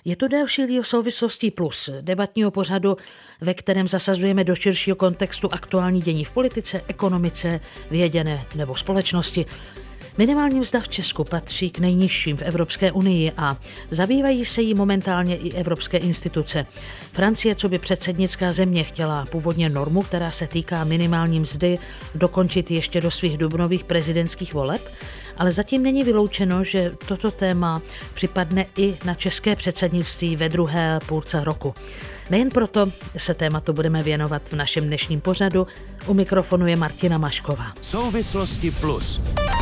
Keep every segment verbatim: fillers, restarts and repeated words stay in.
Je to další díl Souvislostí plus, debatního pořadu, ve kterém zasazujeme do širšího kontextu aktuální dění v politice, ekonomice, vědě nebo společnosti. Minimální mzda v Česku patří k nejnižším v Evropské unii a zabývají se jí momentálně i evropské instituce. Francie, co by předsednická země, chtěla původně normu, která se týká minimální mzdy, dokončit ještě do svých dubnových prezidentských voleb, ale zatím není vyloučeno, že toto téma připadne i na české předsednictví ve druhé půlce roku. Nejen proto se tématu budeme věnovat v našem dnešním pořadu. U mikrofonu je Martina Mašková. Souvislosti plus.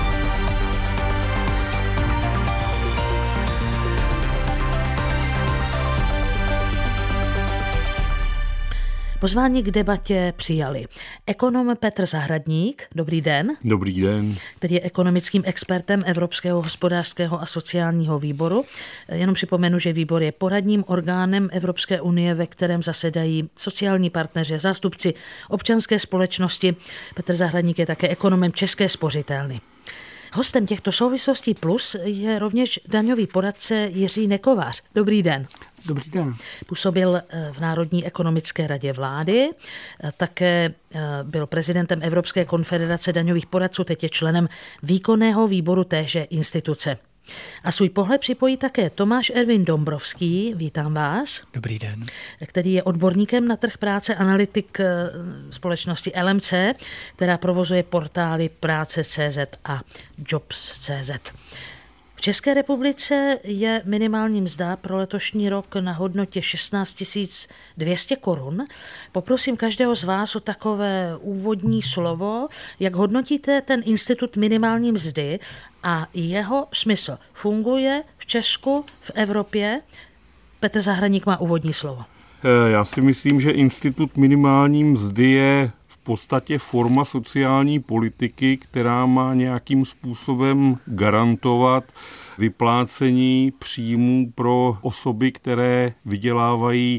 Pozvání k debatě přijali ekonom Petr Zahradník, dobrý den. Dobrý den. Který je ekonomickým expertem Evropského hospodářského a sociálního výboru. Jenom připomenu, že výbor je poradním orgánem Evropské unie, ve kterém zasedají sociální partneři, zástupci občanské společnosti. Petr Zahradník je také ekonomem České spořitelny. Hostem těchto souvislostí plus je rovněž daňový poradce Jiří Nekovář. Dobrý den. Dobrý den. Působil v Národní ekonomické radě vlády, také byl prezidentem Evropské konfederace daňových poradců, teď je členem výkonného výboru téže instituce. A svůj pohled připojí také Tomáš Ervin Dombrovský, vítám vás. Dobrý den. Který je odborníkem na trh práce, analytik společnosti L M C, která provozuje portály práce tečka cé zet a jobs tečka cé zet. V České republice je minimální mzda pro letošní rok na hodnotě šestnáct tisíc dvě stě korun. Poprosím každého z vás o takové úvodní slovo, jak hodnotíte ten institut minimální mzdy a jeho smysl. Funguje v Česku, v Evropě? Petr Zahradník má úvodní slovo. Já si myslím, že institut minimální mzdy je v podstatě forma sociální politiky, která má nějakým způsobem garantovat vyplácení příjmů pro osoby, které vydělávají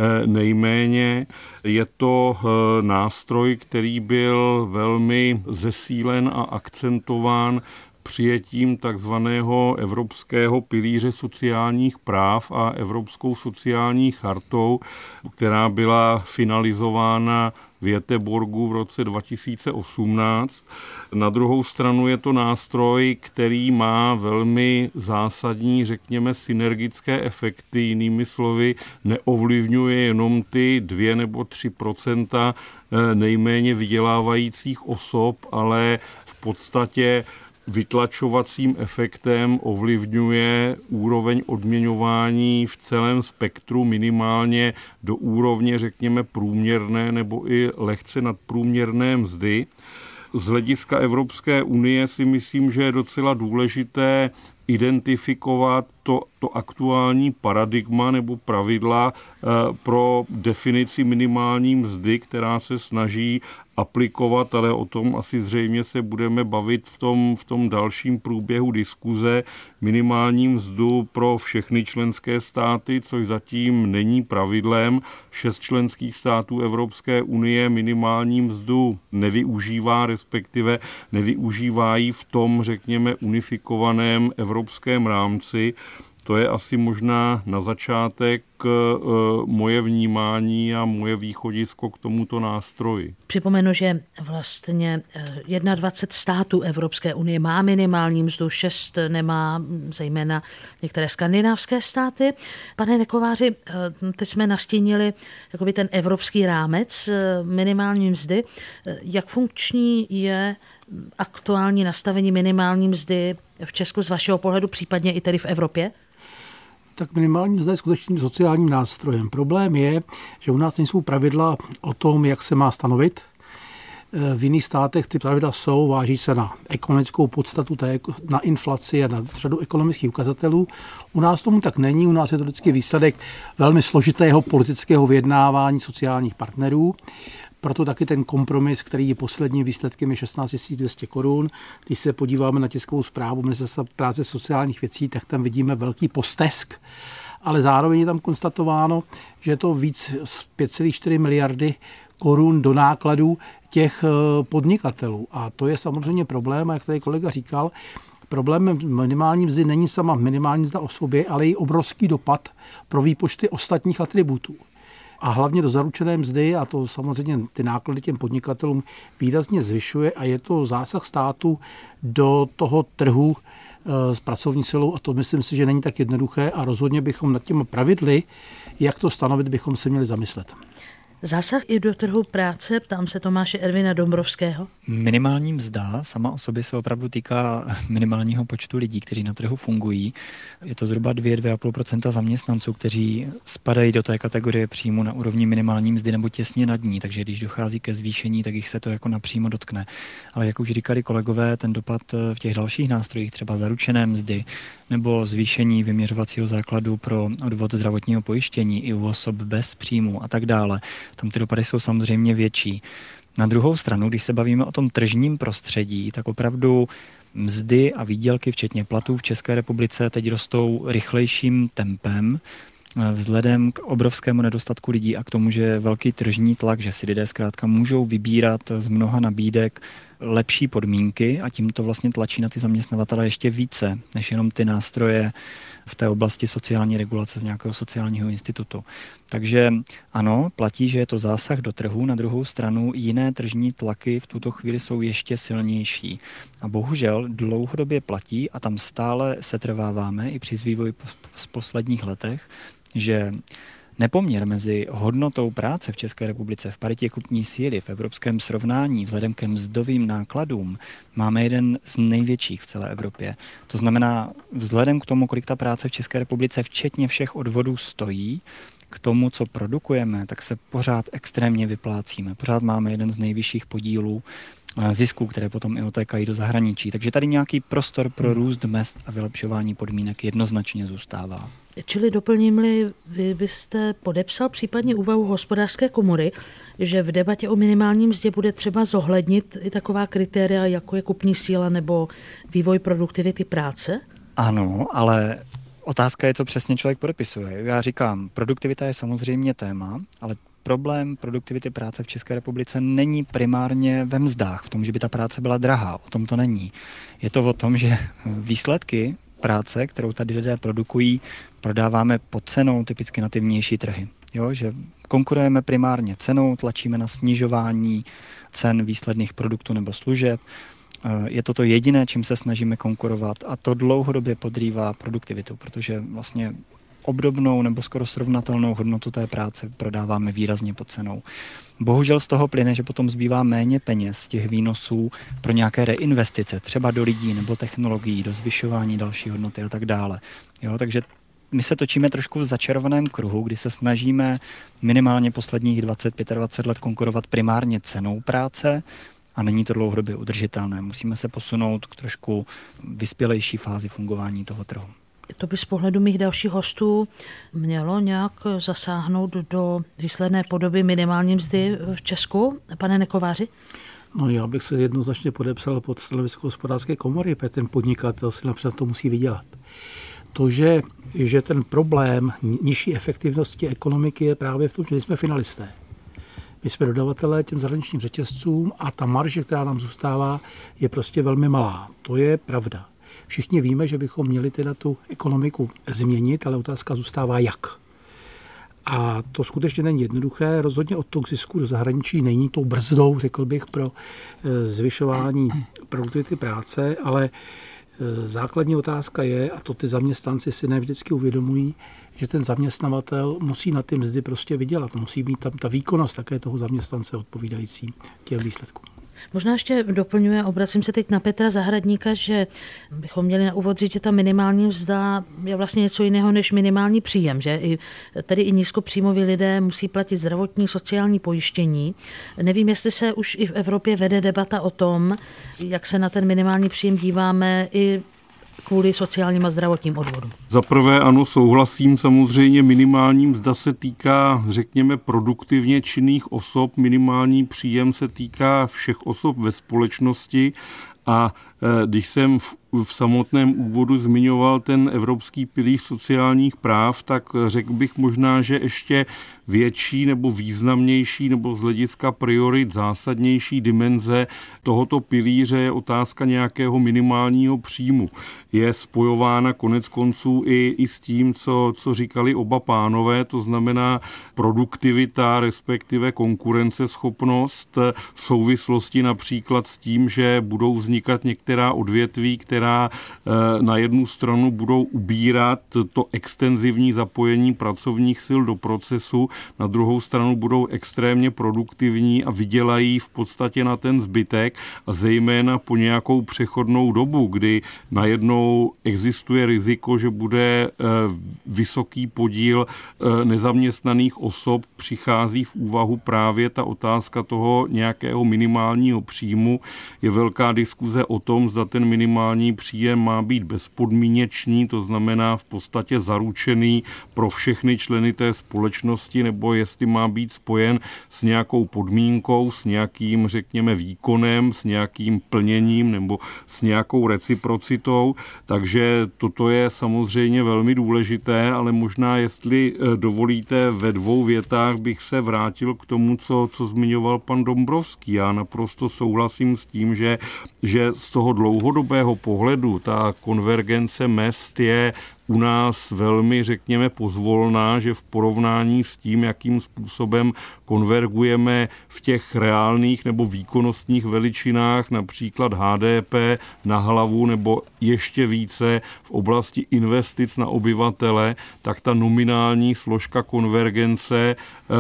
nejméně. Je to nástroj, který byl velmi zesílen a akcentován přijetím takzvaného Evropského pilíře sociálních práv a Evropskou sociální chartou, která byla finalizována v Göteborgu v roce dva tisíce osmnáct. Na druhou stranu je to nástroj, který má velmi zásadní, řekněme, synergické efekty. Jinými slovy, neovlivňuje jenom ty dvě nebo tři procenta nejméně vydělávajících osob, ale v podstatě vytlačovacím efektem ovlivňuje úroveň odměňování v celém spektru minimálně do úrovně, řekněme, průměrné nebo i lehce nadprůměrné mzdy. Z hlediska Evropské unie si myslím, že je docela důležité identifikovat to, to aktuální paradigma nebo pravidla pro definici minimální mzdy, která se snaží aplikovat, ale o tom asi zřejmě se budeme bavit v tom, v tom dalším průběhu diskuze, minimální mzdu pro všechny členské státy, což zatím není pravidlem. Šest členských států Evropské unie minimální mzdu nevyužívá, respektive nevyužívá ji v tom, řekněme, unifikovaném evropském rámci. To je asi možná na začátek moje vnímání a moje východisko k tomuto nástroji. Připomenu, že vlastně dvacet jedna států Evropské unie má minimální mzdu, šest nemá, zejména některé skandinávské státy. Pane Nekováři, teď jsme nastínili jakoby ten evropský rámec minimální mzdy. Jak funkční je aktuální nastavení minimální mzdy v Česku z vašeho pohledu, případně i tedy v Evropě? Tak minimální mzda je skutečným sociálním nástrojem. Problém je, že u nás nejsou pravidla o tom, jak se má stanovit. V jiných státech ty pravidla jsou, váží se na ekonomickou podstatu, na inflaci a na řadu ekonomických ukazatelů. U nás tomu tak není, u nás je to vždycky výsledek velmi složitého politického vyjednávání sociálních partnerů. Proto taky ten kompromis, který je posledním výsledkem, je šestnáct tisíc dvě stě korun. Když se podíváme na tiskovou zprávu Ministerstva práce sociálních věcí, tak tam vidíme velký postesk, ale zároveň je tam konstatováno, že je to víc z pět celá čtyři miliardy korun do nákladů těch podnikatelů. A to je samozřejmě problém, a jak tady kolega říkal, Problémem minimální mzdy není sama minimální mzda o sobě, ale i obrovský dopad pro výpočty ostatních atributů. A hlavně do zaručené mzdy, a to samozřejmě ty náklady těm podnikatelům výrazně zvyšuje a je to zásah státu do toho trhu s pracovní silou a to myslím si, že není tak jednoduché a rozhodně bychom nad těmi pravidly, jak to stanovit, bychom se měli zamyslet. Zásah i do trhu práce, ptám se Tomáše Ervina Dombrovského. Minimální mzda sama o sobě se opravdu týká minimálního počtu lidí, kteří na trhu fungují. Je to zhruba dva až dva a půl procenta zaměstnanců, kteří spadají do té kategorie příjmu na úrovni minimální mzdy nebo těsně nad ní, takže když dochází ke zvýšení, tak jich se to jako napřímo dotkne. Ale jak už říkali kolegové, ten dopad v těch dalších nástrojích, třeba zaručené mzdy nebo zvýšení vyměřovacího základu pro odvod zdravotního pojištění i u osob bez příjmu a tak dále, tam ty dopady jsou samozřejmě větší. Na druhou stranu, když se bavíme o tom tržním prostředí, tak opravdu mzdy a výdělky, včetně platů v České republice, teď rostou rychlejším tempem, vzhledem k obrovskému nedostatku lidí a k tomu, že je velký tržní tlak, že si lidé zkrátka můžou vybírat z mnoha nabídek lepší podmínky a tím to vlastně tlačí na ty zaměstnavatele ještě více, než jenom ty nástroje v té oblasti sociální regulace z nějakého sociálního institutu. Takže ano, platí, že je to zásah do trhu, na druhou stranu jiné tržní tlaky v tuto chvíli jsou ještě silnější. A bohužel dlouhodobě platí a tam stále setrváváme i při vývoji z posledních letech, že nepoměr mezi hodnotou práce v České republice v paritě kupní síly v evropském srovnání vzhledem ke mzdovým nákladům máme jeden z největších v celé Evropě. To znamená, vzhledem k tomu, kolik ta práce v České republice včetně všech odvodů stojí, k tomu, co produkujeme, tak se pořád extrémně vyplácíme. Pořád máme jeden z nejvyšších podílů zisků, které potom i otékají do zahraničí. Takže tady nějaký prostor pro růst mezd a vylepšování podmínek jednoznačně zůstává. Čili doplním-li, vy byste podepsal případně úvahu Hospodářské komory, že v debatě o minimální mzdě bude třeba zohlednit i taková kritéria, jako je kupní síla nebo vývoj produktivity práce? Ano, ale otázka je, co přesně člověk podepisuje. Já říkám, produktivita je samozřejmě téma, ale problém produktivity práce v České republice není primárně ve mzdách, v tom, že by ta práce byla drahá. O tom to není. Je to o tom, že výsledky práce, kterou tady lidé produkují, prodáváme pod cenou typicky na ty vnější trhy. Jo, že konkurujeme primárně cenou, tlačíme na snižování cen výsledných produktů nebo služeb. Je to to jediné, čím se snažíme konkurovat a to dlouhodobě podrývá produktivitu, protože vlastně obdobnou nebo skoro srovnatelnou hodnotu té práce prodáváme výrazně pod cenou. Bohužel z toho plyne, že potom zbývá méně peněz z těch výnosů pro nějaké reinvestice, třeba do lidí nebo technologií, do zvyšování další hodnoty a tak dále. Jo, takže my se točíme trošku v začarovaném kruhu, kdy se snažíme minimálně posledních dvacet až dvacet pět let konkurovat primárně cenou práce a není to dlouhodobě udržitelné. Musíme se posunout k trošku vyspělejší fázi fungování toho trhu. To by z pohledu mých dalších hostů mělo nějak zasáhnout do výsledné podoby minimální mzdy v Česku, pane Nekováři? No já bych se jednoznačně podepsal pod stanovisko Hospodářské komory, protože ten podnikatel si například to musí vydělat. To, že, že ten problém nižší efektivnosti ekonomiky je právě v tom, že jsme finalisté. My jsme dodavatelé těm zahraničním řetězcům a ta marže, která nám zůstává, je prostě velmi malá. To je pravda. Všichni víme, že bychom měli teda tu ekonomiku změnit, ale otázka zůstává jak. A to skutečně není jednoduché. Rozhodně od toho zisku do zahraničí není tou brzdou, řekl bych, pro zvyšování produktivity práce, ale základní otázka je, a to ty zaměstnanci si ne vždycky uvědomují, že ten zaměstnavatel musí na ty mzdy prostě vydělat. Musí být tam ta výkonnost také toho zaměstnance odpovídající těm výsledkům. Možná ještě doplňuje, obracím se teď na Petra Zahradníka, že bychom měli na úvod říct, že ta minimální mzda je vlastně něco jiného než minimální příjem, že I, tady i nízkopříjmoví lidé musí platit zdravotní, sociální pojištění. Nevím, jestli se už i v Evropě vede debata o tom, jak se na ten minimální příjem díváme i kvůli sociálním a zdravotním odvodům. Za prvé ano, souhlasím, samozřejmě minimální mzda se týká, řekněme, produktivně činných osob, minimální příjem se týká všech osob ve společnosti a když jsem v v samotném úvodu zmiňoval ten evropský pilíř sociálních práv, tak řekl bych možná, že ještě větší nebo významnější nebo z hlediska priorit zásadnější dimenze tohoto pilíře je otázka nějakého minimálního příjmu. Je spojována konec konců i, i s tím, co, co říkali oba pánové, to znamená produktivita, respektive konkurenceschopnost v souvislosti například s tím, že budou vznikat některá odvětví, která na jednu stranu budou ubírat to extenzivní zapojení pracovních sil do procesu, na druhou stranu budou extrémně produktivní a vydělají v podstatě na ten zbytek a zejména po nějakou přechodnou dobu, kdy najednou existuje riziko, že bude vysoký podíl nezaměstnaných osob, přichází v úvahu právě ta otázka toho nějakého minimálního příjmu. Je velká diskuze o tom, zda ten minimální příjem má být bezpodmínečný, to znamená v podstatě zaručený pro všechny členy té společnosti, nebo jestli má být spojen s nějakou podmínkou, s nějakým, řekněme, výkonem, s nějakým plněním nebo s nějakou reciprocitou. Takže toto je samozřejmě velmi důležité, ale možná, jestli dovolíte, ve dvou větách bych se vrátil k tomu, co, co zmiňoval pan Dombrovský. Já naprosto souhlasím s tím, že, že z toho dlouhodobého pohledu ta konvergence mezd je u nás velmi, řekněme, pozvolná, že v porovnání s tím, jakým způsobem konvergujeme v těch reálných nebo výkonnostních veličinách, například H D P na hlavu nebo ještě více v oblasti investic na obyvatele, tak ta nominální složka konvergence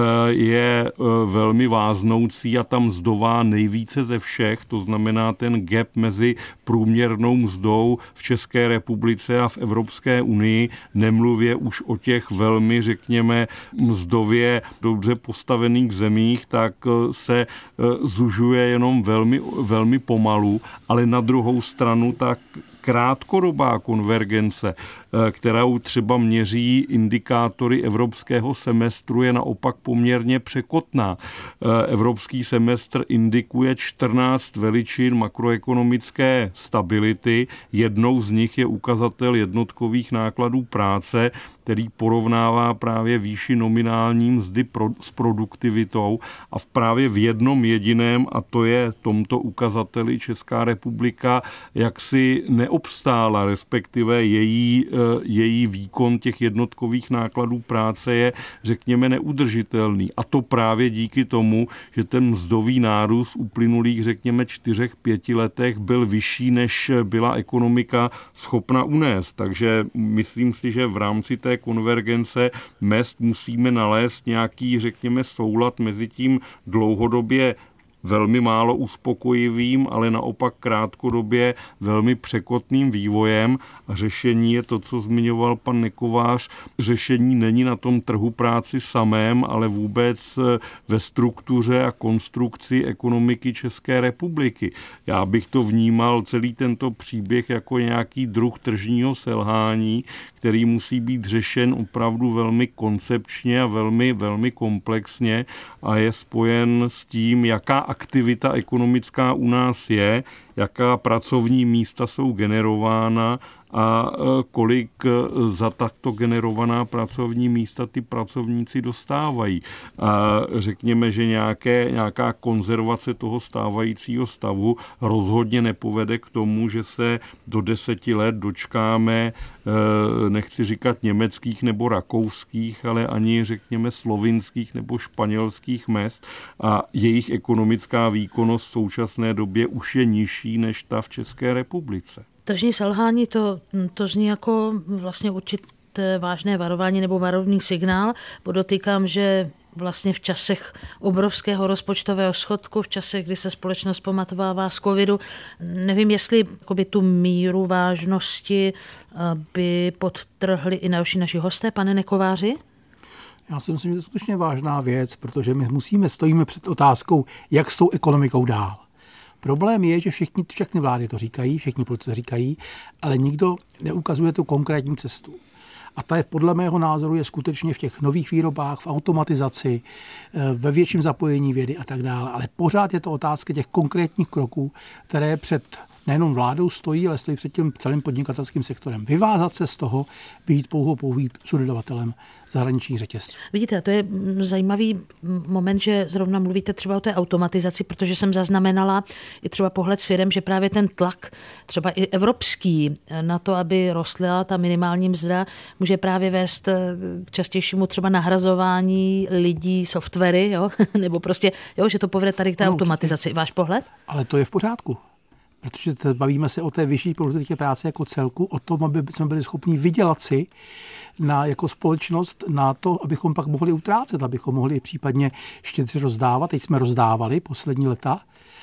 je velmi váznoucí a tam mzdová nejvíce ze všech, to znamená ten gap mezi průměrnou mzdou v České republice a v Evropské unii, nemluvě už o těch velmi, řekněme, mzdově dobře postavených zemích, tak se zužuje jenom velmi, velmi pomalu, ale na druhou stranu tak krátkodobá konvergence, kterou třeba měří indikátory evropského semestru, je naopak poměrně překotná. Evropský semestr indikuje čtrnáct veličin makroekonomické stability. Jednou z nich je ukazatel jednotkových nákladů práce, který porovnává právě výši nominální mzdy pro, s produktivitou a v právě v jednom jediném, a to je tomto ukazateli Česká republika, jaksi neobstála, respektive její, její výkon těch jednotkových nákladů práce je, řekněme, neudržitelný. A to právě díky tomu, že ten mzdový nárůst v uplynulých, řekněme, čtyřech, pěti letech byl vyšší, než byla ekonomika schopna unést. Takže myslím si, že v rámci té konvergence mezd musíme nalézt nějaký, řekněme, soulad mezi tím dlouhodobě velmi málo uspokojivým, ale naopak krátkodobě velmi překotným vývojem. A řešení je to, co zmiňoval pan Nekovář. Řešení není na tom trhu práci samém, ale vůbec ve struktuře a konstrukci ekonomiky České republiky. Já bych to vnímal celý tento příběh jako nějaký druh tržního selhání, který musí být řešen opravdu velmi koncepčně a velmi, velmi komplexně a je spojen s tím, jaká aktivita ekonomická u nás je, jaká pracovní místa jsou generována a kolik za takto generovaná pracovní místa ty pracovníci dostávají. A řekněme, že nějaké, nějaká konzervace toho stávajícího stavu rozhodně nepovede k tomu, že se do deseti let dočkáme, nechci říkat německých nebo rakouských, ale ani řekněme slovinských nebo španělských mezd a jejich ekonomická výkonnost v současné době už je nižší než ta v České republice. Tržní selhání, to, to zní jako vlastně určité vážné varování nebo varovný signál. Podotýkám, že vlastně v časech obrovského rozpočtového schodku, v časech, kdy se společnost pamatovává z covidu, nevím, jestli jakoby, tu míru vážnosti by podtrhli i další naši hosté, pane Nekováři? Já si myslím, že to je skutečně vážná věc, protože my musíme, stojíme před otázkou, jak s tou ekonomikou dál. Problém je, že všichni, všechny vlády to říkají, všichni politici říkají, ale nikdo neukazuje tu konkrétní cestu. A ta je podle mého názoru je skutečně v těch nových výrobách, v automatizaci, ve větším zapojení vědy a tak dále. Ale pořád je to otázka těch konkrétních kroků, které před nejenom vládou stojí, ale stojí před tím celým podnikatelským sektorem. Vyvázat se z toho, být pouhou pouhým subdodavatelem zahraničních řetězců. Vidíte, to je zajímavý moment, že zrovna mluvíte třeba o té automatizaci, protože jsem zaznamenala i třeba pohled s firem, že právě ten tlak, třeba i evropský, na to, aby rostla ta minimální mzda, může právě vést k častějšímu třeba nahrazování lidí softwary, jo? Nebo prostě, jo, že to povede tady k té no, automatizaci. Váš pohled? Ale to je v pořádku. Protože bavíme se o té vyšší produktivitě práce jako celku, o tom, aby jsme byli schopni vydělat si na, jako společnost na to, abychom pak mohli utrácet, abychom mohli případně štědře rozdávat. Teď jsme rozdávali poslední leta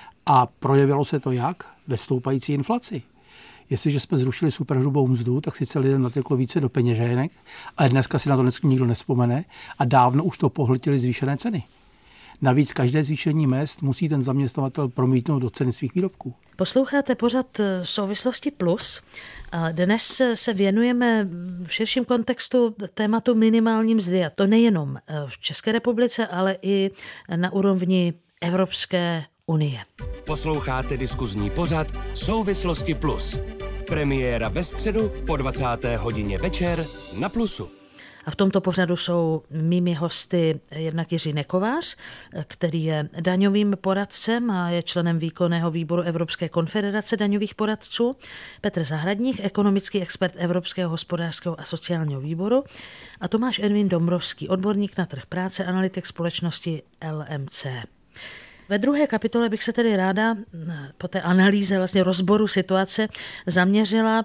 a projevilo se to jak? Ve stoupající inflaci. Jestliže jsme zrušili superhrubou mzdu, tak sice lidem nateklo více do peněženek, ale dneska si na to nikdo nevzpomene a dávno už to pohltily zvýšené ceny. Navíc každé zvýšení mezd musí ten zaměstnavatel promítnout do ceny svých výrobků. Posloucháte pořad Souvislosti plus. Dnes se věnujeme v širším kontextu tématu minimální mzdy. A to nejenom v České republice, ale i na úrovni Evropské unie. Posloucháte diskuzní pořad Souvislosti plus. Premiéra ve středu po dvacáté hodině večer na Plusu. A v tomto pořadu jsou mými hosty jednak Jiří Nekovář, který je daňovým poradcem a je členem výkonného výboru Evropské konfederace daňových poradců, Petr Zahradník, ekonomický expert Evropského hospodářského a sociálního výboru a Tomáš Ervin Dombrovský, odborník na trh práce, analytik společnosti L M C. Ve druhé kapitole bych se tedy ráda po té analýze, vlastně rozboru situace zaměřila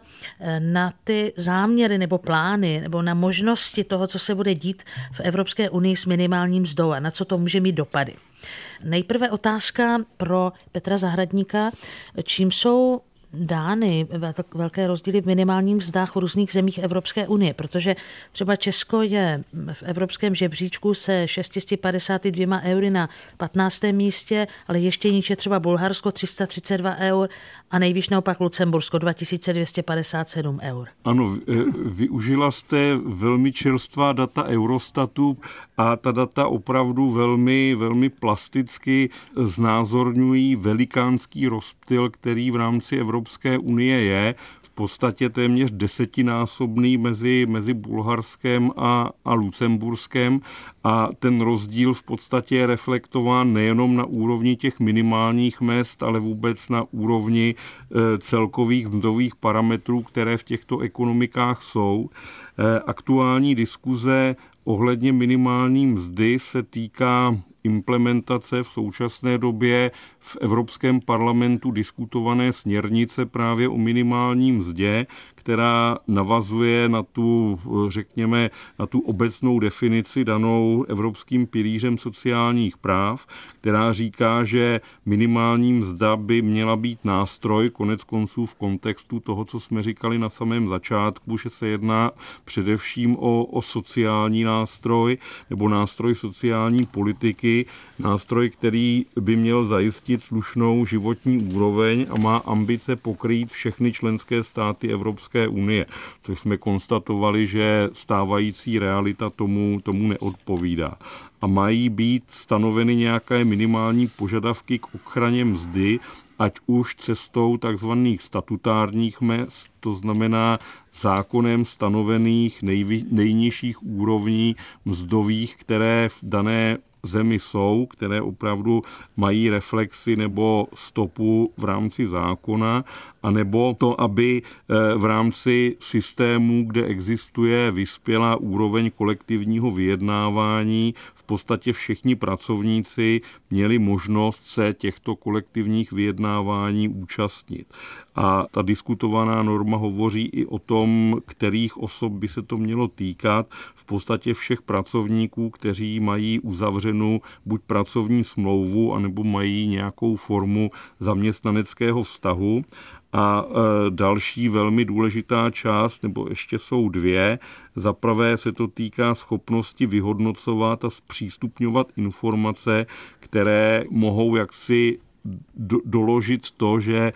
na ty záměry nebo plány nebo na možnosti toho, co se bude dít v Evropské unii s minimálním mzdou a na co to může mít dopady. Nejprve otázka pro Petra Zahradníka, čím jsou dány velké rozdíly v minimálních mzdách v různých zemích Evropské unie, protože třeba Česko je v evropském žebříčku se šest set padesát dva eury na patnáctém místě, ale ještě níže třeba Bulharsko tři sta třicet dva eur a nejvíc naopak Lucembursko dva tisíce dvě stě padesát sedm eur. Ano, využila jste velmi čerstvá data Eurostatu a ta data opravdu velmi, velmi plasticky znázorňují velikánský rozptyl, který v rámci Evropské Evropské unie je v podstatě téměř desetinásobný mezi, mezi Bulharskem a, a Lucemburskem a ten rozdíl v podstatě je reflektován nejenom na úrovni těch minimálních mezd, ale vůbec na úrovni e, celkových mzdových parametrů, které v těchto ekonomikách jsou. E, aktuální diskuze ohledně minimální mzdy se týká implementace v současné době v Evropském parlamentu diskutované směrnice právě o minimální mzdě, která navazuje na tu, řekněme, na tu obecnou definici danou Evropským pilířem sociálních práv, která říká, že minimální mzda by měla být nástroj, konec konců v kontextu toho, co jsme říkali na samém začátku, že se jedná především o, o sociální nástroj nebo nástroj sociální politiky, nástroj, který by měl zajistit slušnou životní úroveň a má ambice pokrýt všechny členské státy Evropské unie, což jsme konstatovali, že stávající realita tomu, tomu neodpovídá. A mají být stanoveny nějaké minimální požadavky k ochraně mzdy, ať už cestou takzvaných statutárních mezd, to znamená zákonem stanovených nejvy, nejnižších úrovní mzdových, které v dané zemi jsou, které opravdu mají reflexy nebo stopu v rámci zákona, anebo to, aby v rámci systému, kde existuje vyspělá úroveň kolektivního vyjednávání, v podstatě všichni pracovníci měli možnost se těchto kolektivních vyjednávání účastnit. A ta diskutovaná norma hovoří i o tom, kterých osob by se to mělo týkat. V podstatě všech pracovníků, kteří mají uzavřenou buď pracovní smlouvu, anebo mají nějakou formu zaměstnaneckého vztahu. A další velmi důležitá část, nebo ještě jsou dvě. Za prvé se to týká schopnosti vyhodnocovat a zpřístupňovat informace, které mohou jaksi do, doložit to, že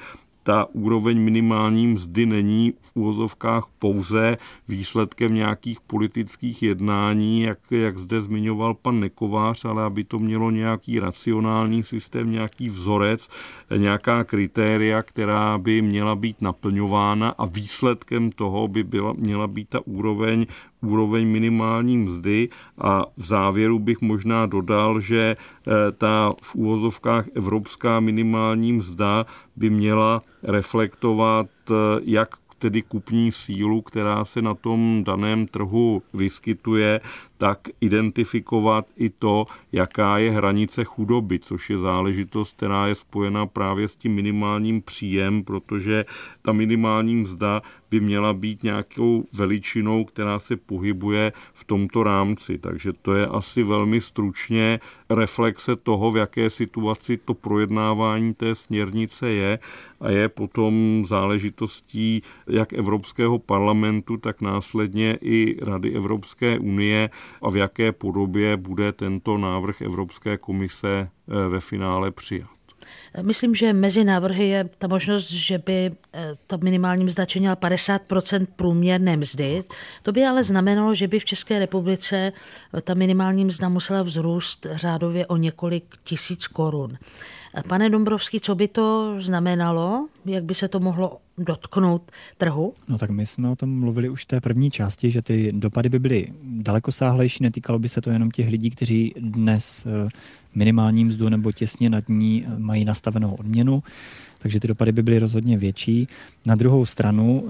ta úroveň minimální mzdy není v uvozovkách pouze výsledkem nějakých politických jednání, jak, jak zde zmiňoval pan Nekovář, ale aby to mělo nějaký racionální systém, nějaký vzorec, nějaká kritéria, která by měla být naplňována a výsledkem toho by byla, měla být ta úroveň úroveň minimální mzdy a v závěru bych možná dodal, že ta v úvozovkách evropská minimální mzda by měla reflektovat jak tedy kupní sílu, která se na tom daném trhu vyskytuje, tak identifikovat i to, jaká je hranice chudoby, což je záležitost, která je spojena právě s tím minimálním příjem, protože ta minimální mzda by měla být nějakou veličinou, která se pohybuje v tomto rámci. Takže to je asi velmi stručně reflexe toho, v jaké situaci to projednávání té směrnice je a je potom záležitostí jak Evropského parlamentu, tak následně i Rady Evropské unie a v jaké podobě bude tento návrh Evropské komise ve finále přijat. Myslím, že mezi návrhy je ta možnost, že by ta minimální mzda činila padesát procent průměrné mzdy. To by ale znamenalo, že by v České republice ta minimální mzda musela vzrůst řádově o několik tisíc korun. Pane Dombrovský, co by to znamenalo? Jak by se to mohlo dotknout trhu? No tak my jsme o tom mluvili už v té první části, že ty dopady by byly dalekosáhlejší, netýkalo by se to jenom těch lidí, kteří dnes minimální mzdu nebo těsně nad ní mají nastavenou odměnu, takže ty dopady by byly rozhodně větší. Na druhou stranu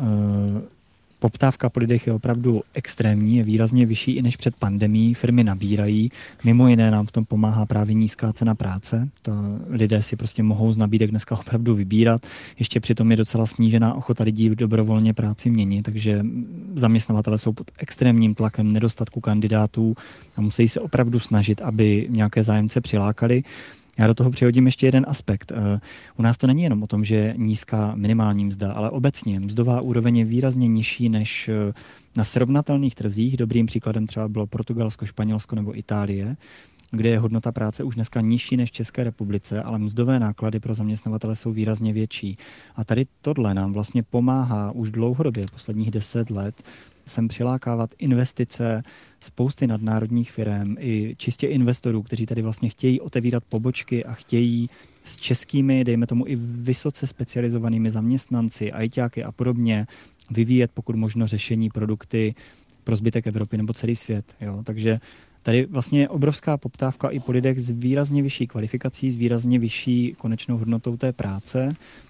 poptávka po lidech je opravdu extrémní, je výrazně vyšší i než před pandemií. Firmy nabírají, mimo jiné nám v tom pomáhá právě nízká cena práce. To lidé si prostě mohou z nabídek dneska opravdu vybírat. Ještě přitom je docela snížená ochota lidí dobrovolně práci měnit, takže zaměstnavatele jsou pod extrémním tlakem nedostatku kandidátů a musí se opravdu snažit, aby nějaké zájemce přilákali. Já do toho přihodím ještě jeden aspekt. U nás to není jenom o tom, že nízká minimální mzda, ale obecně mzdová úroveň je výrazně nižší než na srovnatelných trzích. Dobrým příkladem třeba bylo Portugalsko, Španělsko nebo Itálie, kde je hodnota práce už dneska nižší než v České republice, ale mzdové náklady pro zaměstnavatele jsou výrazně větší. A tady tohle nám vlastně pomáhá už dlouhodobě, posledních deset let, sem přilákávat investice spousty nadnárodních firem i čistě investorů, kteří tady vlastně chtějí otevírat pobočky a chtějí s českými, dejme tomu i vysoce specializovanými zaměstnanci, ajťáky a podobně vyvíjet pokud možno řešení produkty pro zbytek Evropy nebo celý svět. Jo? Takže tady vlastně je obrovská poptávka i po lidech s výrazně vyšší kvalifikací, s výrazně vyšší konečnou hodnotou té práce.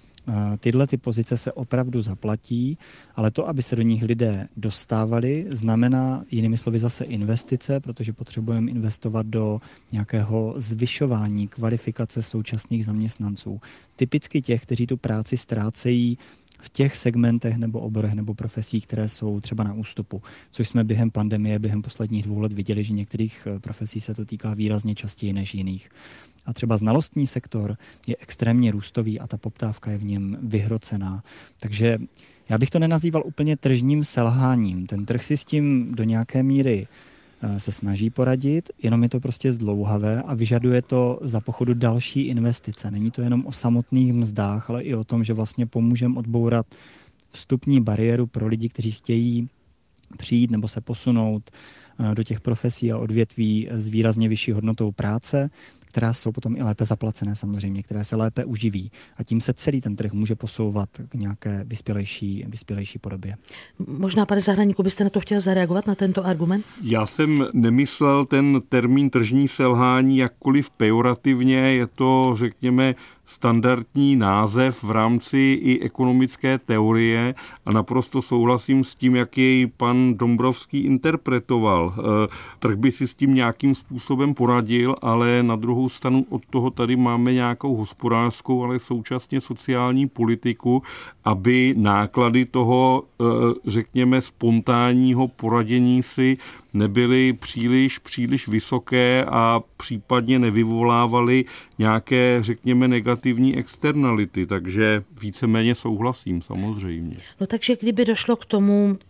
Tyhle ty pozice se opravdu zaplatí, ale to, aby se do nich lidé dostávali, znamená jinými slovy zase investice, protože potřebujeme investovat do nějakého zvyšování kvalifikace současných zaměstnanců. Typicky těch, kteří tu práci ztrácejí v těch segmentech nebo oborech nebo profesích, které jsou třeba na ústupu. Což jsme během pandemie, během posledních dvou let viděli, že některých profesí se to týká výrazně častěji než jiných. A třeba znalostní sektor je extrémně růstový a ta poptávka je v něm vyhrocená. Takže já bych to nenazýval úplně tržním selháním. Ten trh si s tím do nějaké míry se snaží poradit, jenom je to prostě zdlouhavé a vyžaduje to za pochodu další investice. Není to jenom o samotných mzdách, ale i o tom, že vlastně pomůžeme odbourat vstupní bariéru pro lidi, kteří chtějí přijít nebo se posunout do těch profesí a odvětví s výrazně vyšší hodnotou práce, která jsou potom i lépe zaplacené samozřejmě, které se lépe uživí. A tím se celý ten trh může posouvat k nějaké vyspělejší, vyspělejší podobě. Možná, pane Zahradníku, byste na to chtěl zareagovat, na tento argument? Já jsem nemyslel ten termín tržní selhání jakkoliv pejorativně, je to, řekněme, standardní název v rámci i ekonomické teorie a naprosto souhlasím s tím, jak jej pan Dombrovský interpretoval. Trh by si s tím nějakým způsobem poradil, ale na druhou stranu od toho tady máme nějakou hospodářskou, ale současně sociální politiku, aby náklady toho, řekněme, spontánního poradění si nebyly příliš, příliš vysoké a případně nevyvolávaly nějaké, řekněme, negativní externality. Takže víceméně souhlasím, samozřejmě. No takže kdyby došlo k tomu,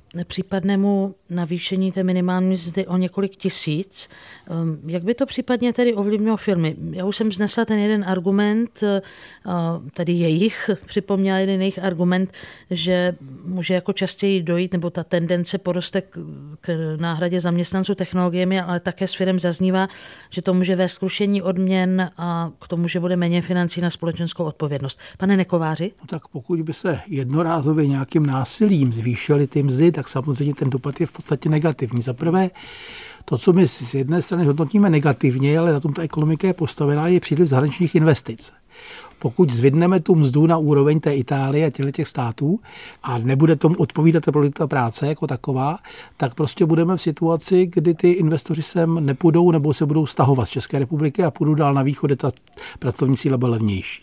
případnému navýšení té minimální mzdy o několik tisíc. Jak by to případně tedy ovlivnilo firmy? Já už jsem vznesla ten jeden argument, tedy jejich, připomněla jeden jejich argument, že může jako častěji dojít, nebo ta tendence poroste k, k náhradě zaměstnanců technologiemi, ale také s firem zaznívá, že to může vést k rušení odměn a k tomu, že bude méně financí na společenskou odpovědnost. Pane Nekováři? No tak pokud by se jednorázově nějakým násilím zvýšily ty mzdy, tak samozřejmě ten dopad je v podstatě negativní. Za prvé, to, co my z jedné strany hodnotíme negativně, ale na tom ta ekonomika je postavená, je příliv zahraničních investic. Pokud zvedneme tu mzdu na úroveň té Itálie a těch států a nebude tomu odpovídat ta politika práce jako taková, tak prostě budeme v situaci, kdy ty investoři sem nepůjdou nebo se budou stahovat z České republiky a půjdou dál na východ, kde ta pracovní síla byla levnější.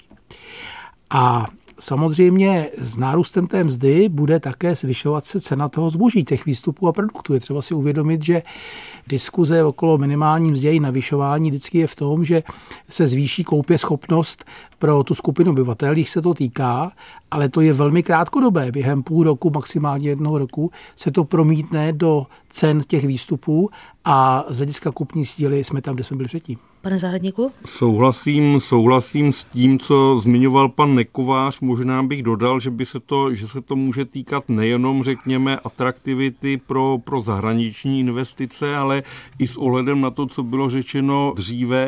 A samozřejmě s nárůstem té mzdy bude také zvyšovat se cena toho zboží, těch výstupů a produktů. Je třeba si uvědomit, že diskuze okolo minimální mzdy a navyšování vždycky je v tom, že se zvýší koupěschopnost pro tu skupinu obyvatel, když se to týká, ale to je velmi krátkodobé. Během půl roku, maximálně jednoho roku se to promítne do cen těch výstupů a z hlediska kupní síly jsme tam, kde jsme byli předtím. Pane Zahradníku? Souhlasím, souhlasím s tím, co zmiňoval pan Nekovář. Možná bych dodal, že by se to, že se to může týkat nejenom, řekněme, atraktivity pro, pro zahraniční investice, ale i s ohledem na to, co bylo řečeno dříve,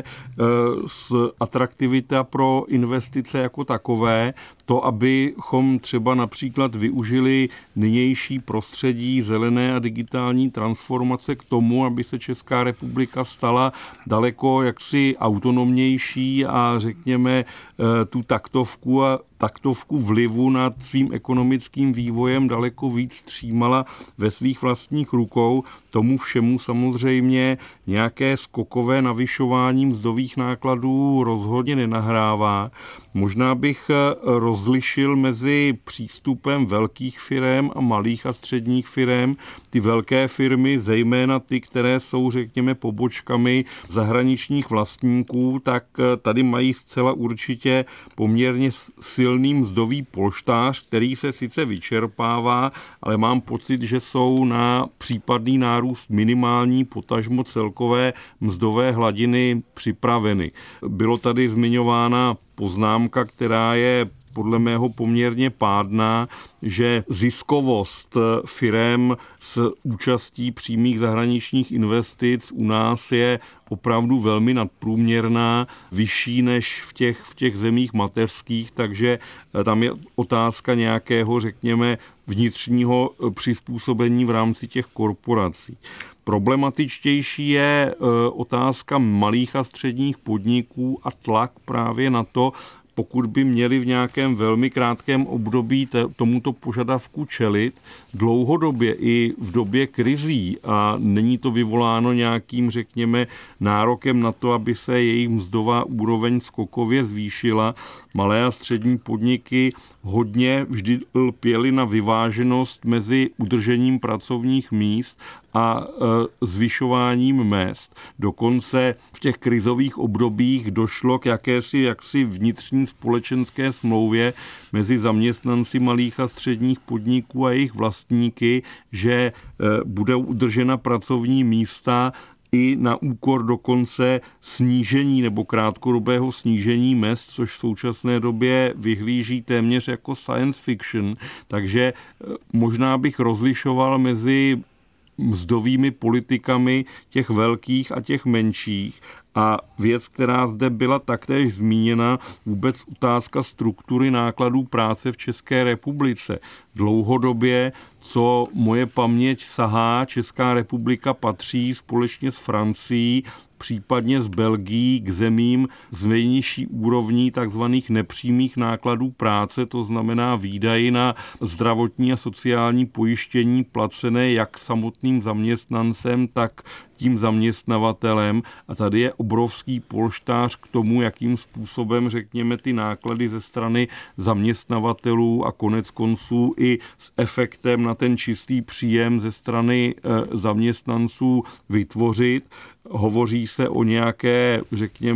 s atraktivita pro investice jako takové. To, abychom třeba například využili nynější prostředí zelené a digitální transformace k tomu, aby se Česká republika stala daleko jaksi autonomnější a řekněme tu taktovku a taktovku vlivu nad svým ekonomickým vývojem daleko víc třímala ve svých vlastních rukou. Tomu všemu samozřejmě nějaké skokové navyšování mzdových nákladů rozhodně nenahrává. Možná bych rozlišil mezi přístupem velkých firem a malých a středních firem. Ty velké firmy, zejména ty, které jsou, řekněme, pobočkami zahraničních vlastníků, tak tady mají zcela určitě poměrně silný mzdový polštář, který se sice vyčerpává, ale mám pocit, že jsou na případný nárůst minimální, potažmo celkové mzdové hladiny připraveny. Bylo tady zmiňována poznámka, která je podle mého poměrně pádná, že ziskovost firem s účastí přímých zahraničních investic u nás je opravdu velmi nadprůměrná, vyšší než v těch, v těch zemích mateřských, takže tam je otázka nějakého, řekněme, vnitřního přizpůsobení v rámci těch korporací. Problematičtější je otázka malých a středních podniků a tlak právě na to, pokud by měli v nějakém velmi krátkém období tomuto požadavku čelit, dlouhodobě i v době krizí a není to vyvoláno nějakým, řekněme, nárokem na to, aby se jejich mzdová úroveň skokově zvýšila. Malé a střední podniky hodně vždy lpěly na vyváženost mezi udržením pracovních míst a e, zvyšováním mezd. Dokonce v těch krizových obdobích došlo k jakési jaksi vnitřní společenské smlouvě mezi zaměstnanci malých a středních podniků a jejich vlastníky, že e, bude udržena pracovní místa i na úkor dokonce snížení nebo krátkodobého snížení mezd, což v současné době vyhlíží téměř jako science fiction. Takže možná bych rozlišoval mezi mzdovými politikami těch velkých a těch menších. A věc, která zde byla taktéž zmíněna, vůbec otázka struktury nákladů práce v České republice. Dlouhodobě, co moje paměť sahá, Česká republika patří společně s Francií, případně z Belgií k zemím s nejnižší úrovní takzvaných nepřímých nákladů práce, to znamená výdaji na zdravotní a sociální pojištění placené jak samotným zaměstnancem, tak tím zaměstnavatelem. A tady je obrovský polštář k tomu, jakým způsobem, řekněme, ty náklady ze strany zaměstnavatelů a konec konců i s efektem na ten čistý příjem ze strany e, zaměstnanců vytvořit. Hovoří se o nějaké, řekněme,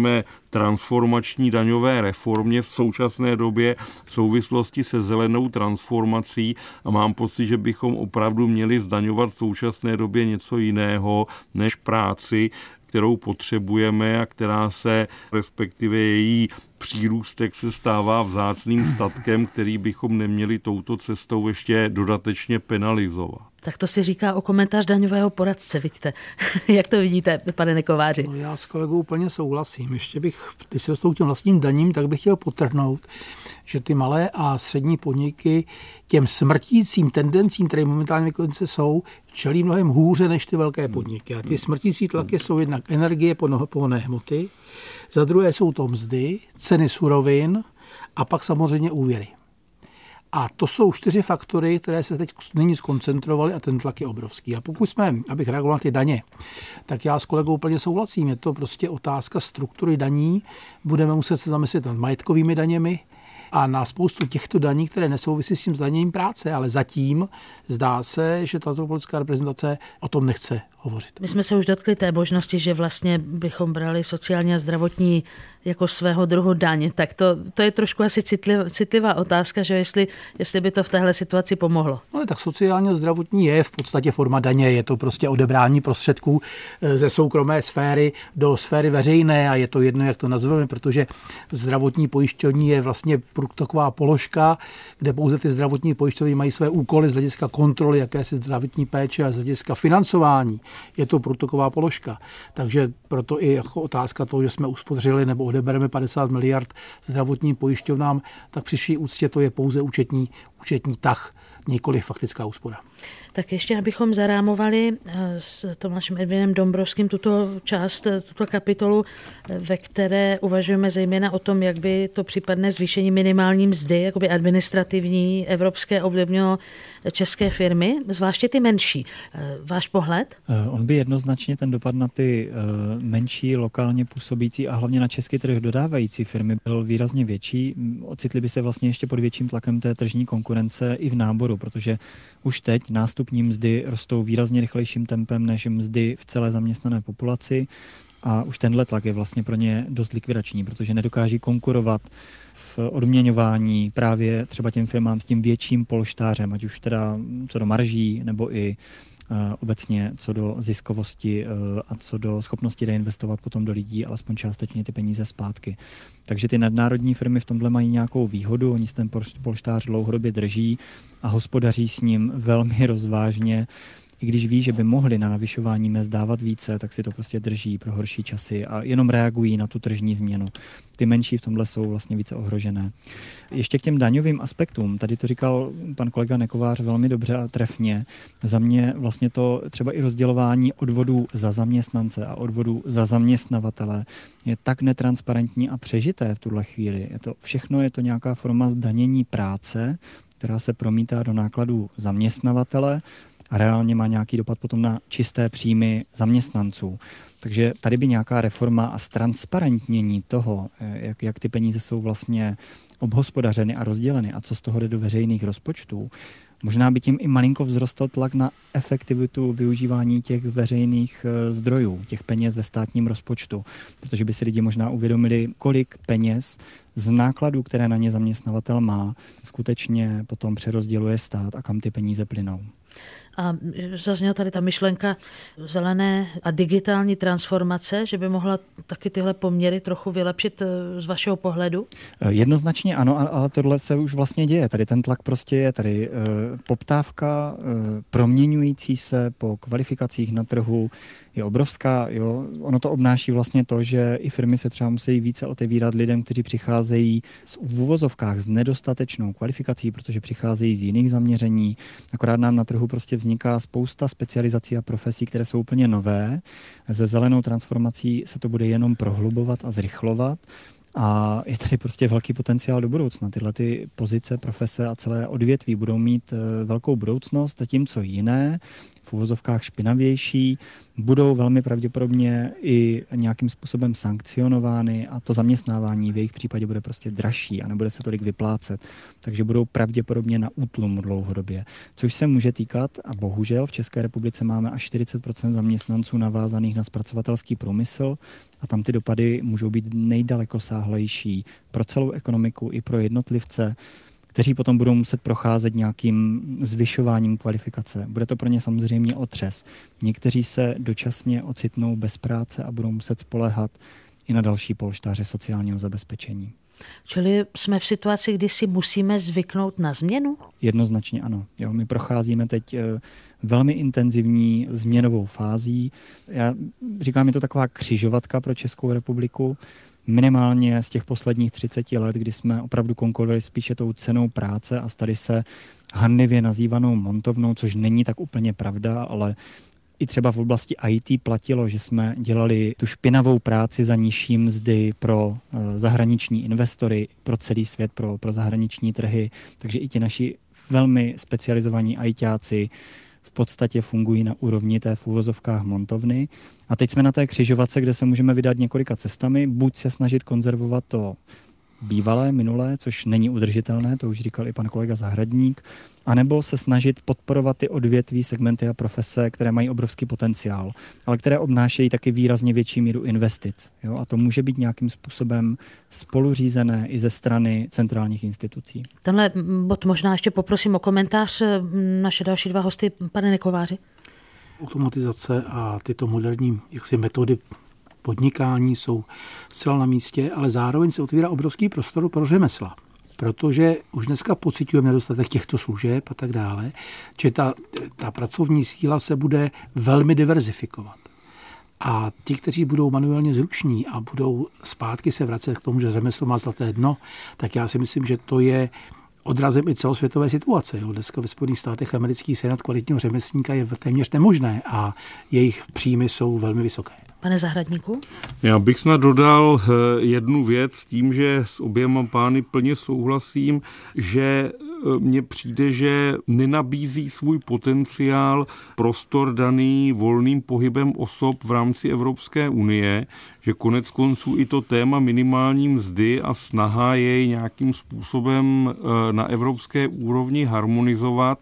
transformační daňové reformě v současné době v souvislosti se zelenou transformací a mám pocit, že bychom opravdu měli zdaňovat v současné době něco jiného než práci, kterou potřebujeme a která se, respektive její přírůstek se stává vzácným statkem, který bychom neměli touto cestou ještě dodatečně penalizovat. Tak to si říká o komentář daňového poradce, vidíte. Jak to vidíte, pane Nekováři? No, já s kolegou úplně souhlasím. Ještě bych, když se dostanu k těm vlastním daním, tak bych chtěl podtrhnout, že ty malé a střední podniky těm smrtícím tendencím, které momentálně jsou, čelí mnohem hůře než ty velké podniky. A ty smrtící tlaky jsou jednak energie, pohonné hmoty, za druhé jsou to mzdy, ceny surovin a pak samozřejmě úvěry. A to jsou čtyři faktory, které se teď nyní skoncentrovaly a ten tlak je obrovský. A pokud jsme, abych reagoval na ty daně, tak já s kolegou úplně souhlasím. Je to prostě otázka struktury daní. Budeme muset se zamyslet nad majetkovými daněmi a na spoustu těchto daní, které nesouvisí s tím zdaněním práce. Ale zatím zdá se, že tato politická reprezentace o tom nechce hovořit. My jsme se už dotkli té možnosti, že vlastně bychom brali sociální a zdravotní jako svého druhu daň. Tak to, to je trošku asi citlivá, citlivá otázka, že jestli, jestli by to v téhle situaci pomohlo. No, tak sociálně a zdravotní je v podstatě forma daně. Je to prostě odebrání prostředků ze soukromé sféry do sféry veřejné a je to jedno, jak to nazveme, protože zdravotní pojištění je vlastně taková položka, kde pouze ty zdravotní pojišťovny mají své úkoly z hlediska kontroly jakési zdravotní péče a z hlediska financování. Je to průtoková položka. Takže proto i jako otázka toho, že jsme uspořili nebo odebereme padesát miliard zdravotním pojišťovnám, tak při vší úctě to je pouze účetní, účetní tah, nikoli faktická úspora. Tak ještě, abychom zarámovali s Tomášem Edvinem Dombrovským tuto část, tuto kapitolu, ve které uvažujeme zejména o tom, jak by to případné zvýšení minimální mzdy, jakoby administrativní, evropské ovlivnilo české firmy, zvláště ty menší. Váš pohled? On by jednoznačně ten dopad na ty menší, lokálně působící a hlavně na český trh dodávající firmy byl výrazně větší. Ocitli by se vlastně ještě pod větším tlakem té tržní konkurence i v náboru, protože už teď nástupní mzdy rostou výrazně rychlejším tempem než mzdy v celé zaměstnané populaci a už tenhle tlak je vlastně pro ně dost likvidační, protože nedokáží konkurovat v odměňování právě třeba těm firmám s tím větším polštářem, ať už teda co do marží nebo i obecně co do ziskovosti a co do schopnosti reinvestovat potom do lidí, alespoň částečně ty peníze zpátky. Takže ty nadnárodní firmy v tomhle mají nějakou výhodu, oni si ten polštář dlouhodobě drží a hospodaří s ním velmi rozvážně. I když ví, že by mohli na navyšování mezd dávat více, tak si to prostě drží pro horší časy a jenom reagují na tu tržní změnu. Ty menší v tomhle jsou vlastně více ohrožené. Ještě k těm daňovým aspektům. Tady to říkal pan kolega Nekovář velmi dobře a trefně. Za mě vlastně to třeba i rozdělování odvodů za zaměstnance a odvodů za zaměstnavatele je tak netransparentní a přežité v tuhle chvíli. Je to, všechno je to nějaká forma zdanění práce, která se promítá do nákladů zaměstnavatele a reálně má nějaký dopad potom na čisté příjmy zaměstnanců. Takže tady by nějaká reforma a ztransparentnění toho, jak, jak ty peníze jsou vlastně obhospodařeny a rozděleny a co z toho jde do veřejných rozpočtů. Možná by tím i malinko vzrostl tlak na efektivitu využívání těch veřejných zdrojů, těch peněz ve státním rozpočtu, protože by si lidi možná uvědomili, kolik peněz z nákladů, které na ně zaměstnavatel má, skutečně potom přerozděluje stát a kam ty peníze plynou. A zazněla tady ta myšlenka zelené a digitální transformace, že by mohla taky tyhle poměry trochu vylepšit z vašeho pohledu? Jednoznačně ano, ale tohle se už vlastně děje. Tady ten tlak prostě je. Tady poptávka proměňující se po kvalifikacích na trhu je obrovská. Jo. Ono to obnáší vlastně to, že i firmy se třeba musí více otevírat lidem, kteří přicházejí z v uvozovkách s nedostatečnou kvalifikací, protože přicházejí z jiných zaměření. Akorát nám na trhu prostě vzniká spousta specializací a profesí, které jsou úplně nové. Se zelenou transformací se to bude jenom prohlubovat a zrychlovat. A je tady prostě velký potenciál do budoucna. Tyhle ty pozice, profese a celé odvětví budou mít velkou budoucnost, zatímco jiné v uvozovkách špinavější, budou velmi pravděpodobně i nějakým způsobem sankcionovány a to zaměstnávání v jejich případě bude prostě dražší a nebude se tolik vyplácet. Takže budou pravděpodobně na útlumu dlouhodobě. Což se může týkat, a bohužel v České republice máme až čtyřicet procent zaměstnanců navázaných na zpracovatelský průmysl a tam ty dopady můžou být nejdalekosáhlejší pro celou ekonomiku i pro jednotlivce, kteří potom budou muset procházet nějakým zvyšováním kvalifikace. Bude to pro ně samozřejmě otřes. Někteří se dočasně ocitnou bez práce a budou muset spoléhat i na další polštáře sociálního zabezpečení. Čili jsme v situaci, kdy si musíme zvyknout na změnu? Jednoznačně ano. Jo, my procházíme teď velmi intenzivní změnovou fází. Já říkám, je to taková křižovatka pro Českou republiku. Minimálně z těch posledních třiceti let, kdy jsme opravdu konkurovali spíše tou cenou práce a stali se hanlivě nazývanou montovnou, což není tak úplně pravda, ale i třeba v oblasti í té platilo, že jsme dělali tu špinavou práci za nižší mzdy pro zahraniční investory, pro celý svět, pro, pro zahraniční trhy. Takže i ti naši velmi specializovaní ajťáci v podstatě fungují na úrovni té v úvozovkách montovny. A teď jsme na té křižovatce, kde se můžeme vydat několika cestami. Buď se snažit konzervovat to bývalé, minulé, což není udržitelné, to už říkal i pan kolega Zahradník, anebo se snažit podporovat ty odvětví, segmenty a profese, které mají obrovský potenciál, ale které obnášejí taky výrazně větší míru investic. Jo? A to může být nějakým způsobem spoluřízené i ze strany centrálních institucí. Tenhle bod možná ještě poprosím o komentář naše další dva hosty, pane Nekováři. Automatizace a tyto moderní jaksi metody podnikání jsou zcela na místě, ale zároveň se otvírá obrovský prostor pro řemesla, protože už dneska pociťujeme nedostatek těchto služeb a tak dále, že ta, ta pracovní síla se bude velmi diverzifikovat. A ti, kteří budou manuálně zruční a budou zpátky se vracet k tomu, že řemeslo má zlaté dno, tak já si myslím, že to je odrazem i celosvětové situace. Jo. Dneska ve Spojených státech amerických sehnat kvalitního řemeslníka je téměř nemožné a jejich příjmy jsou velmi vysoké. Pane Zahradníku? Já bych snad dodal jednu věc s tím, že s oběma pány plně souhlasím, že mně přijde, že nenabízí svůj potenciál prostor daný volným pohybem osob v rámci Evropské unie, že konec konců i to téma minimální mzdy a snaha jej nějakým způsobem na evropské úrovni harmonizovat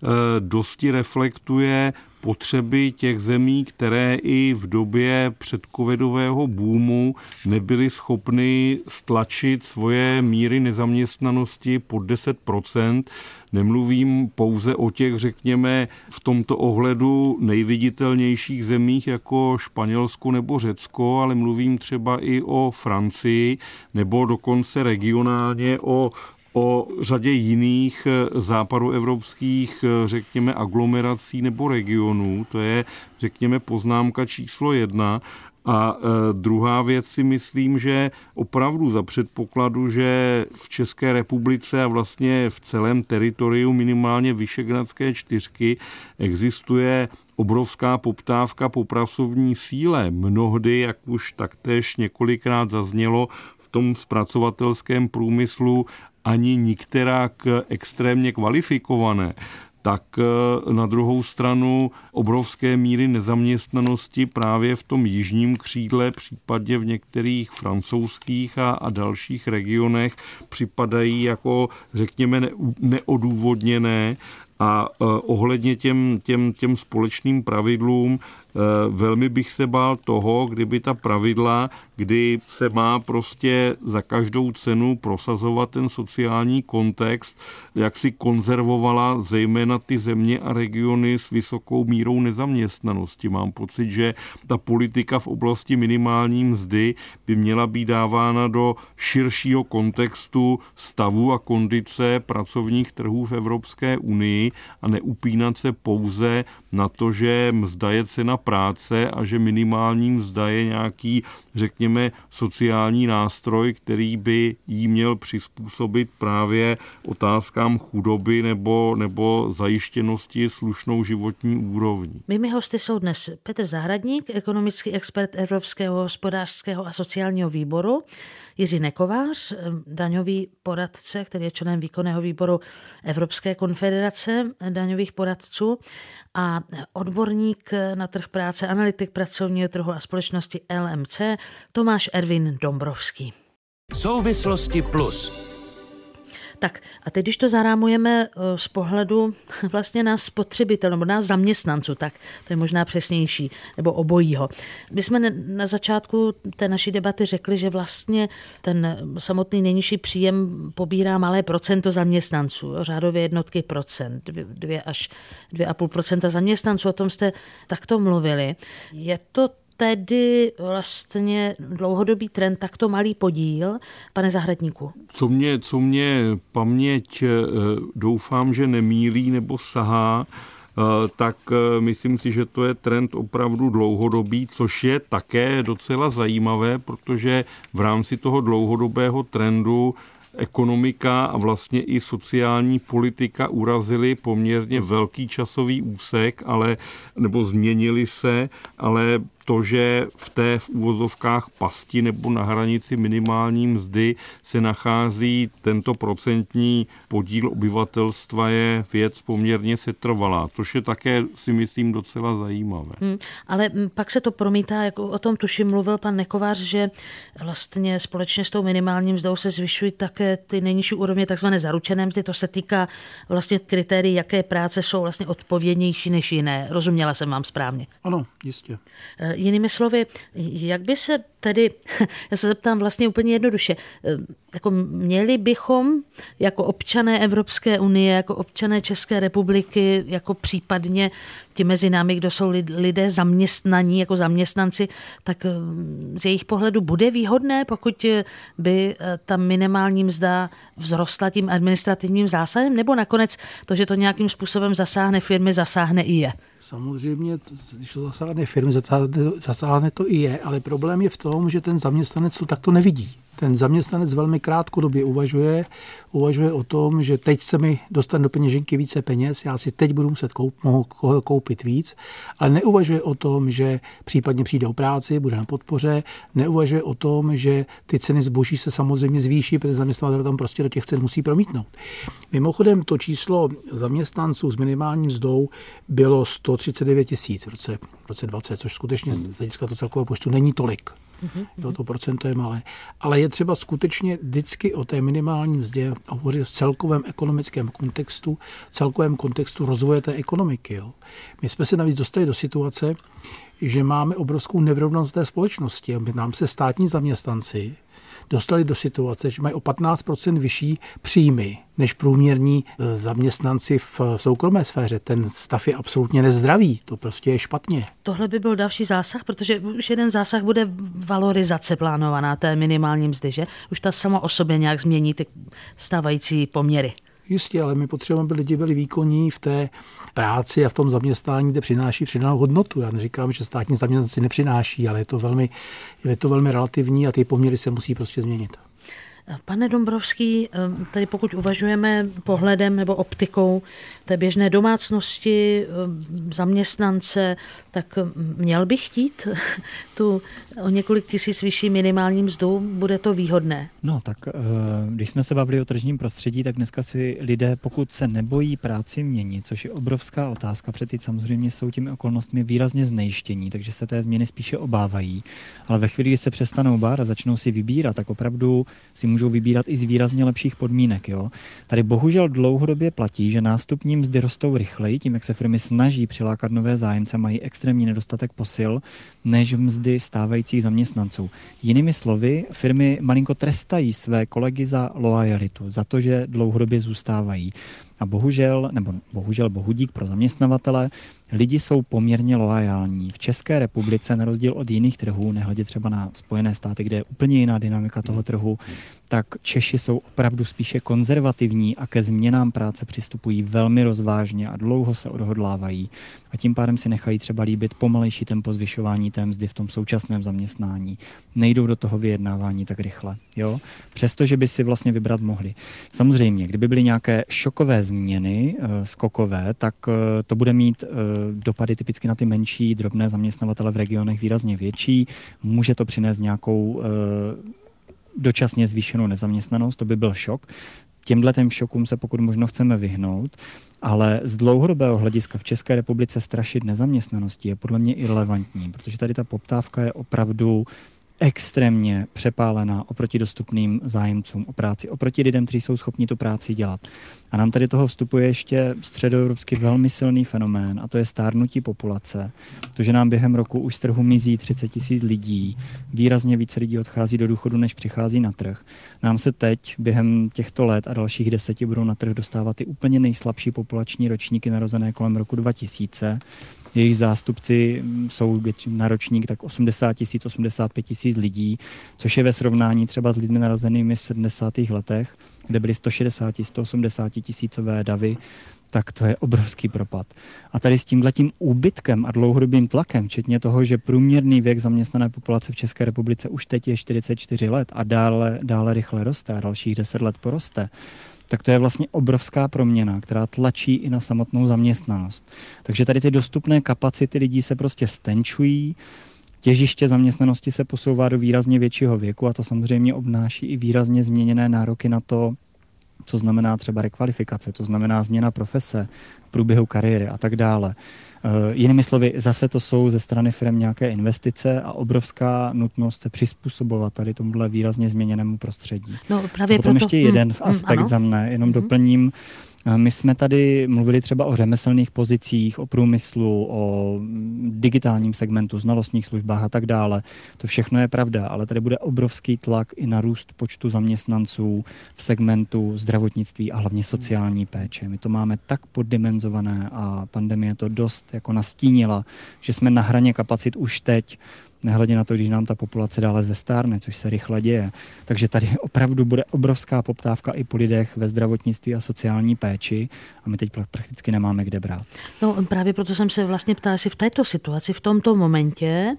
dosti reflektuje potřeby těch zemí, které i v době předcovidového boomu nebyly schopny stlačit svoje míry nezaměstnanosti pod deset procent. Nemluvím pouze o těch, řekněme, v tomto ohledu nejviditelnějších zemích jako Španělsko nebo Řecko, ale mluvím třeba i o Francii nebo dokonce regionálně o o řadě jiných západoevropských, řekněme, aglomerací nebo regionů. To je, řekněme, poznámka číslo jedna. A druhá věc si myslím, že opravdu za předpokladu, že v České republice a vlastně v celém teritoriu minimálně Visegrádské čtyřky existuje obrovská poptávka po pracovní síle. Mnohdy, jak už taktéž několikrát zaznělo, v tom zpracovatelském průmyslu ani nikterak extrémně kvalifikované, tak na druhou stranu obrovské míry nezaměstnanosti právě v tom jižním křídle, případně v některých francouzských a, a dalších regionech připadají jako, řekněme, ne, neodůvodněné. A eh, ohledně těm, těm, těm společným pravidlům eh, velmi bych se bál toho, kdyby ta pravidla, kdy se má prostě za každou cenu prosazovat ten sociální kontext, jak si konzervovala zejména ty země a regiony s vysokou mírou nezaměstnanosti. Mám pocit, že ta politika v oblasti minimální mzdy by měla být dávána do širšího kontextu stavu a kondice pracovních trhů v Evropské unii a neupínat se pouze na to, že mzda je cena práce a že minimální mzda je nějaký, řekněme, sociální nástroj, který by jí měl přizpůsobit právě otázkám chudoby nebo, nebo zajištěnosti slušnou životní úrovní. Mými hosty jsou dnes Petr Zahradník, ekonomický expert Evropského hospodářského a sociálního výboru, Jiří Nekovář, daňový poradce, který je členem výkonného výboru Evropské konfederace daňových poradců a odborník na trh práce, analytik pracovního trhu a společnosti L M C Tomáš Ervin Dombrovský. Souvislosti plus. Tak a teď, když to zarámujeme z pohledu vlastně nás spotřebitelů, nebo nás zaměstnanců, tak to je možná přesnější, nebo obojího. My jsme na začátku té naší debaty řekli, že vlastně ten samotný nejnižší příjem pobírá malé procento zaměstnanců, řádově jednotky procent, dvě až dvě a půl procenta zaměstnanců, o tom jste takto mluvili. Je to tedy vlastně dlouhodobý trend, takto malý podíl, pane Zahradníku? Co mě, co mě paměť doufám, že nemýlí nebo sahá, tak myslím si, že to je trend opravdu dlouhodobý, což je také docela zajímavé, protože v rámci toho dlouhodobého trendu ekonomika a vlastně i sociální politika urazily poměrně velký časový úsek, ale, nebo změnily se, ale to, že v té v úvozovkách pasti nebo na hranici minimální mzdy se nachází tento procentní podíl obyvatelstva, je věc poměrně setrvalá, což je také, si myslím, docela zajímavé. Hmm, ale pak se to promítá, jak o tom tuším mluvil pan Nekovář, že vlastně společně s tou minimální mzdou se zvyšují také ty nejnižší úrovně takzvané zaručené mzdy. To se týká vlastně kritérií, jaké práce jsou vlastně odpovědnější než jiné. Rozuměla jsem vám správně? Ano, jistě. Jinými slovy, jak by se tedy, já se zeptám vlastně úplně jednoduše, jako měli bychom jako občané Evropské unie, jako občané České republiky, jako případně ti mezi námi, kdo jsou lidé zaměstnaní, jako zaměstnanci, tak z jejich pohledu bude výhodné, pokud by ta minimální mzda vzrostla tím administrativním zásahem, nebo nakonec to, že to nějakým způsobem zasáhne firmy, zasáhne i je? Samozřejmě, když to zasáhne firmy, zasáhne to i je, ale problém je v tom, že ten zaměstnanec to takto nevidí. Ten zaměstnanec velmi krátkodobě uvažuje, uvažuje o tom, že teď se mi dostane do peněženky více peněz, já si teď budu muset koup, mohu koupit víc, ale neuvažuje o tom, že případně přijde o práci, bude na podpoře, neuvažuje o tom, že ty ceny zboží se samozřejmě zvýší, protože zaměstnavatel tam prostě do těch cen musí promítnout. Mimochodem to číslo zaměstnanců s minimální mzdou bylo sto třicet devět tisíc v roce, v roce dvacet, což skutečně z hlediska toho celkového počtu není tolik. Jo, to procento je malé. Ale je třeba skutečně vždycky o té minimální mzdě hovořit v celkovém ekonomickém kontextu, celkovém kontextu rozvoje té ekonomiky. Jo. My jsme se navíc dostali do situace, že máme obrovskou nevyrovnanost té společnosti. Nám se státní zaměstnanci dostali do situace, že mají o patnáct procent vyšší příjmy než průměrní zaměstnanci v soukromé sféře. Ten stav je absolutně nezdravý, to prostě je špatně. Tohle by byl další zásah, protože už jeden zásah bude valorizace plánovaná té minimální mzdy, že? Už ta sama o sobě nějak změní ty stávající poměry. Jistě, ale my potřebujeme, aby lidi byli výkonní v té práci a v tom zaměstnání, kde přináší přidanou hodnotu. Já neříkám, že státní zaměstnanci nepřináší, ale je to velmi, je to velmi relativní a ty poměry se musí prostě změnit. Pane Dombrovský, tady pokud uvažujeme pohledem nebo optikou té běžné domácnosti, zaměstnance, tak měl bych chtít tu o několik tisíc vyšší minimální mzdu, bude to výhodné? No tak, když jsme se bavili o tržním prostředí, tak dneska si lidé, pokud se nebojí práci měnit, což je obrovská otázka, protože teď samozřejmě jsou těmi okolnostmi výrazně znejistění, takže se té změny spíše obávají, ale ve chvíli, kdy se přestanou bát a začnou si vybírat, tak opravdu si můžou vybírat i z výrazně lepších podmínek. Jo? Tady bohužel dlouhodobě platí, že nástupní mzdy rostou rychleji, tím, jak se firmy snaží přilákat nové zájemce, mají extrémní nedostatek posil, než mzdy stávajících zaměstnanců. Jinými slovy, firmy malinko trestají své kolegy za loajalitu, za to, že dlouhodobě zůstávají. A bohužel, nebo bohužel bohudík pro zaměstnavatele, lidi jsou poměrně loajální. V České republice, na rozdíl od jiných trhů, nehledě třeba na Spojené státy, kde je úplně jiná dynamika toho trhu, tak Češi jsou opravdu spíše konzervativní a ke změnám práce přistupují velmi rozvážně a dlouho se odhodlávají. A tím pádem si nechají třeba líbit pomalejší tempo zvyšování té mzdy v tom současném zaměstnání. Nejdou do toho vyjednávání tak rychle. Jo? Přestože by si vlastně vybrat mohli. Samozřejmě, kdyby byly nějaké šokové změny, skokové, tak to bude mít dopady typicky na ty menší, drobné zaměstnavatele v regionech výrazně větší. Může to přinést nějakou dočasně zvýšenou nezaměstnanost, to by byl šok. Těmhletem šokům se pokud možno chceme vyhnout, ale z dlouhodobého hlediska v České republice strašit nezaměstnaností je podle mě irelevantní, protože tady ta poptávka je opravdu extrémně přepálená oproti dostupným zájemcům o práci, oproti lidem, kteří jsou schopni tu práci dělat. A nám tady toho vstupuje ještě středoevropsky velmi silný fenomén, a to je stárnutí populace. To, že nám během roku už z trhu mizí třicet tisíc lidí, výrazně více lidí odchází do důchodu, než přichází na trh. Nám se teď během těchto let a dalších deseti budou na trh dostávat ty úplně nejslabší populační ročníky narozené kolem roku dva tisíce. Jejich zástupci jsou na ročník tak osmdesát tisíc, osmdesát pět tisíc lidí, což je ve srovnání třeba s lidmi narozenými v sedmdesátých letech, kde byly sto šedesát, sto osmdesát tisícové davy, tak to je obrovský propad. A tady s tímhletím úbytkem a dlouhodobým tlakem, včetně toho, že průměrný věk zaměstnané populace v České republice už teď je čtyřicet čtyři let a dále, dále rychle roste a dalších deset let poroste, tak to je vlastně obrovská proměna, která tlačí i na samotnou zaměstnanost. Takže tady ty dostupné kapacity lidí se prostě stenčují, těžiště zaměstnanosti se posouvá do výrazně většího věku a to samozřejmě obnáší i výrazně změněné nároky na to, co znamená třeba rekvalifikace, co znamená změna profese v průběhu kariéry a tak dále. Jinými slovy, zase to jsou ze strany firm nějaké investice a obrovská nutnost se přizpůsobovat tady tomuhle výrazně změněnému prostředí. No, právě potom proto... ještě jeden hmm, aspekt ano. za mne, jenom hmm. doplním. My jsme tady mluvili třeba o řemeslných pozicích, o průmyslu, o digitálním segmentu, znalostních službách a tak dále. To všechno je pravda, ale tady bude obrovský tlak i na růst počtu zaměstnanců v segmentu zdravotnictví a hlavně sociální péče. My to máme tak poddimenzované a pandemie to dost jako nastínila, že jsme na hraně kapacit už teď, nehledě na to, když nám ta populace dále zestárne, což se rychle děje. Takže tady opravdu bude obrovská poptávka i po lidech ve zdravotnictví a sociální péči a my teď prakticky nemáme kde brát. No právě proto jsem se vlastně ptala, jestli v této situaci, v tomto momentě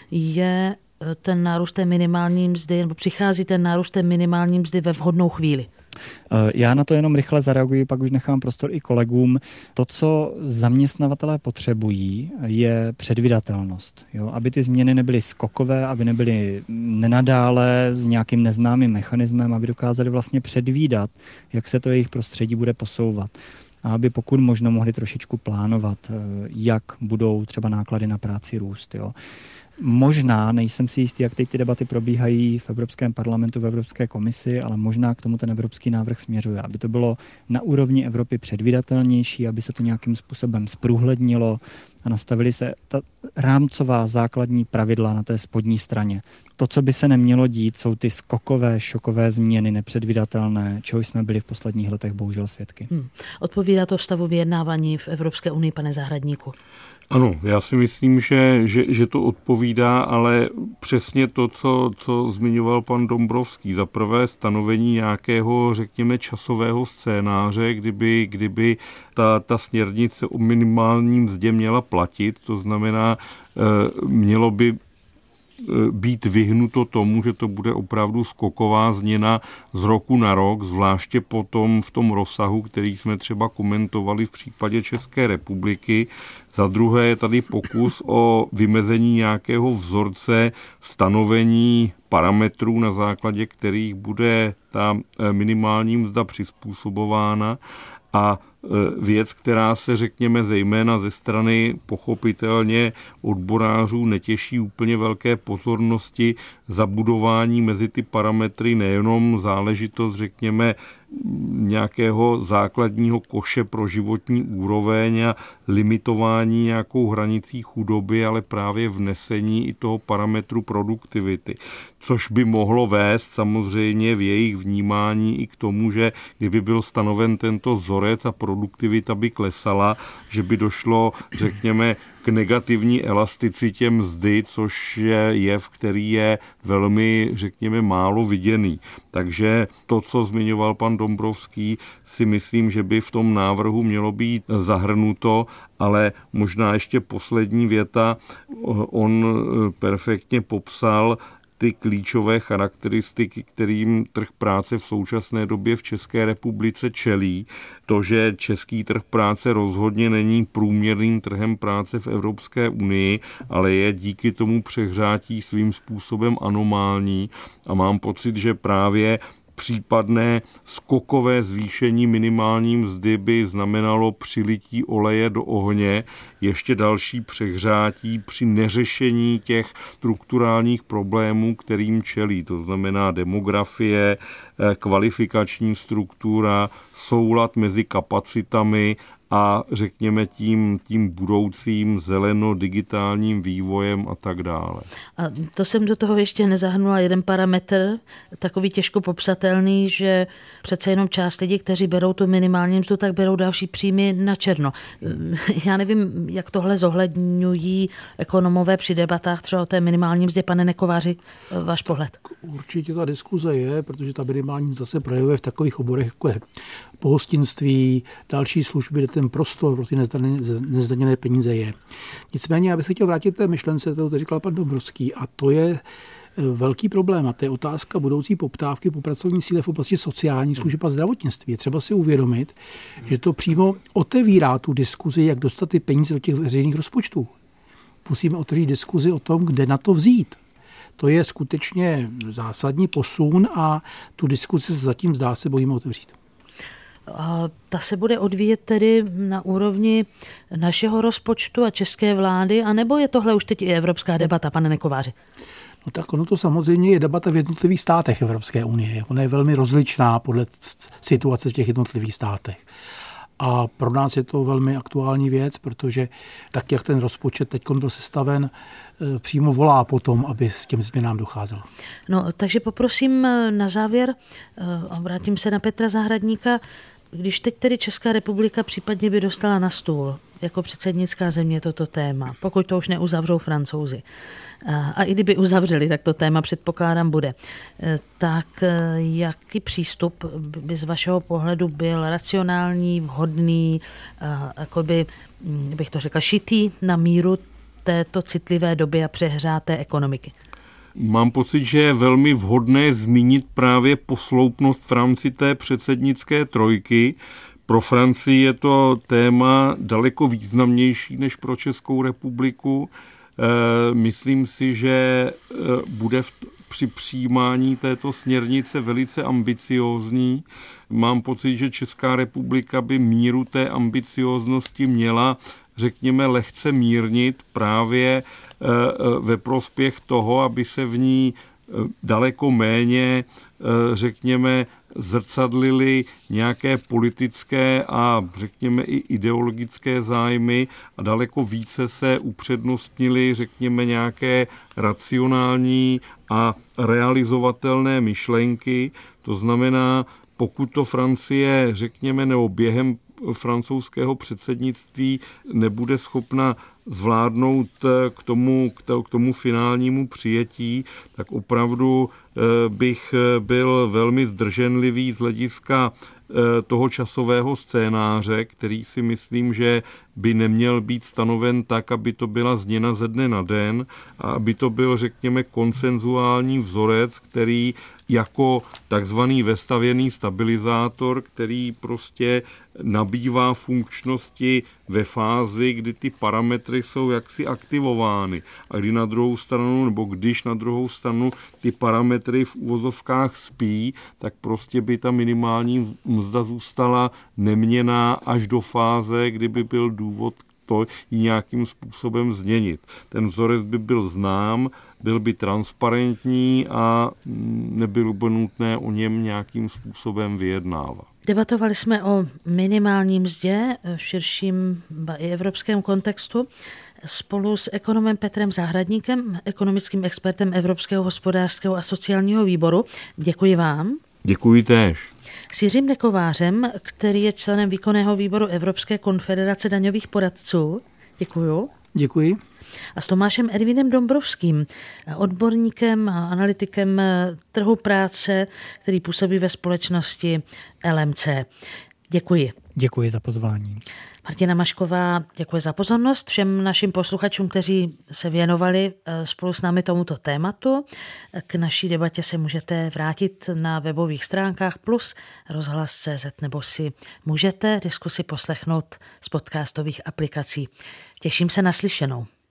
je ten nárůst té minimální mzdy, nebo přichází ten nárůst té minimální mzdy ve vhodnou chvíli. Já na to jenom rychle zareaguji, pak už nechám prostor i kolegům. To, co zaměstnavatelé potřebují, je předvídatelnost. Jo? Aby ty změny nebyly skokové, aby nebyly nenadále s nějakým neznámým mechanismem, aby dokázali vlastně předvídat, jak se to jejich prostředí bude posouvat. A aby pokud možno mohli trošičku plánovat, jak budou třeba náklady na práci růst. Jo? Možná, nejsem si jistý, jak teď ty debaty probíhají v Evropském parlamentu, v Evropské komisi, ale možná k tomu ten evropský návrh směřuje, aby to bylo na úrovni Evropy předvídatelnější, aby se to nějakým způsobem zprůhlednilo a nastavili se ta rámcová základní pravidla na té spodní straně. To, co by se nemělo dít, jsou ty skokové, šokové změny, nepředvídatelné, čeho jsme byli v posledních letech bohužel svědky. Hmm. Odpovídá to stavu vyjednávání v Evropské unii, pane Zahradníku? Ano, já si myslím, že, že, že to odpovídá, ale přesně to, co, co zmiňoval pan Dombrovský. Za prvé stanovení nějakého, řekněme, časového scénáře, kdyby, kdyby ta, ta směrnice o minimálním mzdě měla platit, to znamená, mělo by být vyhnuto tomu, že to bude opravdu skoková změna z roku na rok, zvláště potom v tom rozsahu, který jsme třeba komentovali v případě České republiky. Za druhé je tady pokus o vymezení nějakého vzorce stanovení parametrů, na základě kterých bude ta minimální mzda přizpůsobována. A věc, která se, řekněme, zejména ze strany pochopitelně odborářů netěší úplně velké pozornosti, zabudování mezi ty parametry nejenom záležitost, řekněme, nějakého základního koše pro životní úroveň a limitování nějakou hranicí chudoby, ale právě vnesení i toho parametru produktivity. Což by mohlo vést samozřejmě v jejich vnímání i k tomu, že kdyby byl stanoven tento vzorec a pro produktivita by klesala, že by došlo, řekněme, k negativní elasticitě mzdy, což je jev, který je velmi, řekněme, málo viděný. Takže to, co zmiňoval pan Dombrovský, si myslím, že by v tom návrhu mělo být zahrnuto, ale možná ještě poslední věta. On perfektně popsal ty klíčové charakteristiky, kterým trh práce v současné době v České republice čelí. To, že český trh práce rozhodně není průměrným trhem práce v Evropské unii, ale je díky tomu přehřátí svým způsobem anomální a mám pocit, že právě případné skokové zvýšení minimální mzdy by znamenalo přilití oleje do ohně, ještě další přehřátí při neřešení těch strukturálních problémů, kterým čelí. To znamená demografie, kvalifikační struktura, soulad mezi kapacitami a řekněme tím, tím budoucím zeleno-digitálním vývojem a tak dále. A to jsem do toho ještě nezahrnula jeden parametr, takový těžko popsatelný, že přece jenom část lidí, kteří berou tu minimální mzdu, tak berou další příjmy na černo. Já nevím, jak tohle zohledňují ekonomové při debatách třeba o té minimální mzdě. Pane Nekováři, váš pohled? Určitě ta diskuze je, protože ta minimální mzda se projevuje v takových oborech, jako je pohostinství, další služby, kde ten prostor pro ty nezdaněné peníze je. Nicméně, já bych se chtěl vrátit k té myšlence, to říkal pan Dombrovský, a to je velký problém, a to je otázka budoucí poptávky po pracovní síle v oblasti sociálních služeb a zdravotnictví. Je třeba si uvědomit, že to přímo otevírá tu diskuzi, jak dostat ty peníze do těch veřejných rozpočtů. Musíme otevřít diskuzi o tom, kde na to vzít. To je skutečně zásadní posun a tu diskuzi se zatím zdá se bojíme otevřít. A ta se bude odvíjet tedy na úrovni našeho rozpočtu a české vlády, anebo je tohle už teď i evropská debata, pane Nekováři? No tak ono to samozřejmě je debata v jednotlivých státech Evropské unie. Ona je velmi rozličná podle situace v těch jednotlivých státech. A pro nás je to velmi aktuální věc, protože tak, jak ten rozpočet teď byl sestaven, přímo volá potom, aby s těm změnám docházelo. No, takže poprosím na závěr, a vrátím se na Petra Zahradníka, když teď tedy Česká republika případně by dostala na stůl jako předsednická země toto téma, pokud to už neuzavřou Francouzi, a i kdyby uzavřeli, tak to téma předpokládám bude, tak jaký přístup by z vašeho pohledu byl racionální, vhodný, jakoby, bych to řekla, šitý na míru této citlivé doby a přehřáté ekonomiky? Mám pocit, že je velmi vhodné zmínit právě posloupnost v rámci té předsednické trojky. Pro Francii je to téma daleko významnější než pro Českou republiku. Myslím si, že bude v, při přijímání této směrnice velice ambiciózní. Mám pocit, že Česká republika by míru té ambicióznosti měla, řekněme, lehce mírnit právě ve prospěch toho, aby se v ní daleko méně, řekněme, zrcadlily nějaké politické a řekněme i ideologické zájmy a daleko více se upřednostnily, řekněme, nějaké racionální a realizovatelné myšlenky. To znamená, pokud to Francie, řekněme, nebo během francouzského předsednictví nebude schopna zvládnout k tomu, k tomu finálnímu přijetí, tak opravdu bych byl velmi zdrženlivý z hlediska toho časového scénáře, který si myslím, že by neměl být stanoven tak, aby to byla změna ze dne na den a aby to byl, řekněme, konsenzuální vzorec, který jako takzvaný vestavěný stabilizátor, který prostě nabývá funkčnosti ve fázi, kdy ty parametry jsou jaksi aktivovány a kdy na druhou stranu, nebo když na druhou stranu ty parametry v uvozovkách spí, tak prostě by ta minimální mzda zůstala neměnná až do fáze, kdyby byl důvod to ji nějakým způsobem změnit. Ten vzorec by byl znám, byl by transparentní a nebylo by nutné o něm nějakým způsobem vyjednávat. Debatovali jsme o minimální mzdě v širším i evropském kontextu spolu s ekonomem Petrem Zahradníkem, ekonomickým expertem Evropského hospodářského a sociálního výboru. Děkuji vám. Děkuji též. S Jiřím Nekovářem, který je členem výkonného výboru Evropské konfederace daňových poradců. Děkuju. Děkuji. A s Tomášem Ervínem Dombrovským, odborníkem a analytikem trhu práce, který působí ve společnosti L M C. Děkuji. Děkuji za pozvání. Martina Mašková, děkuji za pozornost všem našim posluchačům, kteří se věnovali spolu s námi tomuto tématu. K naší debatě se můžete vrátit na webových stránkách plus rozhlas tečka cé zet nebo si můžete diskusi poslechnout z podcastových aplikací. Těším se na slyšenou.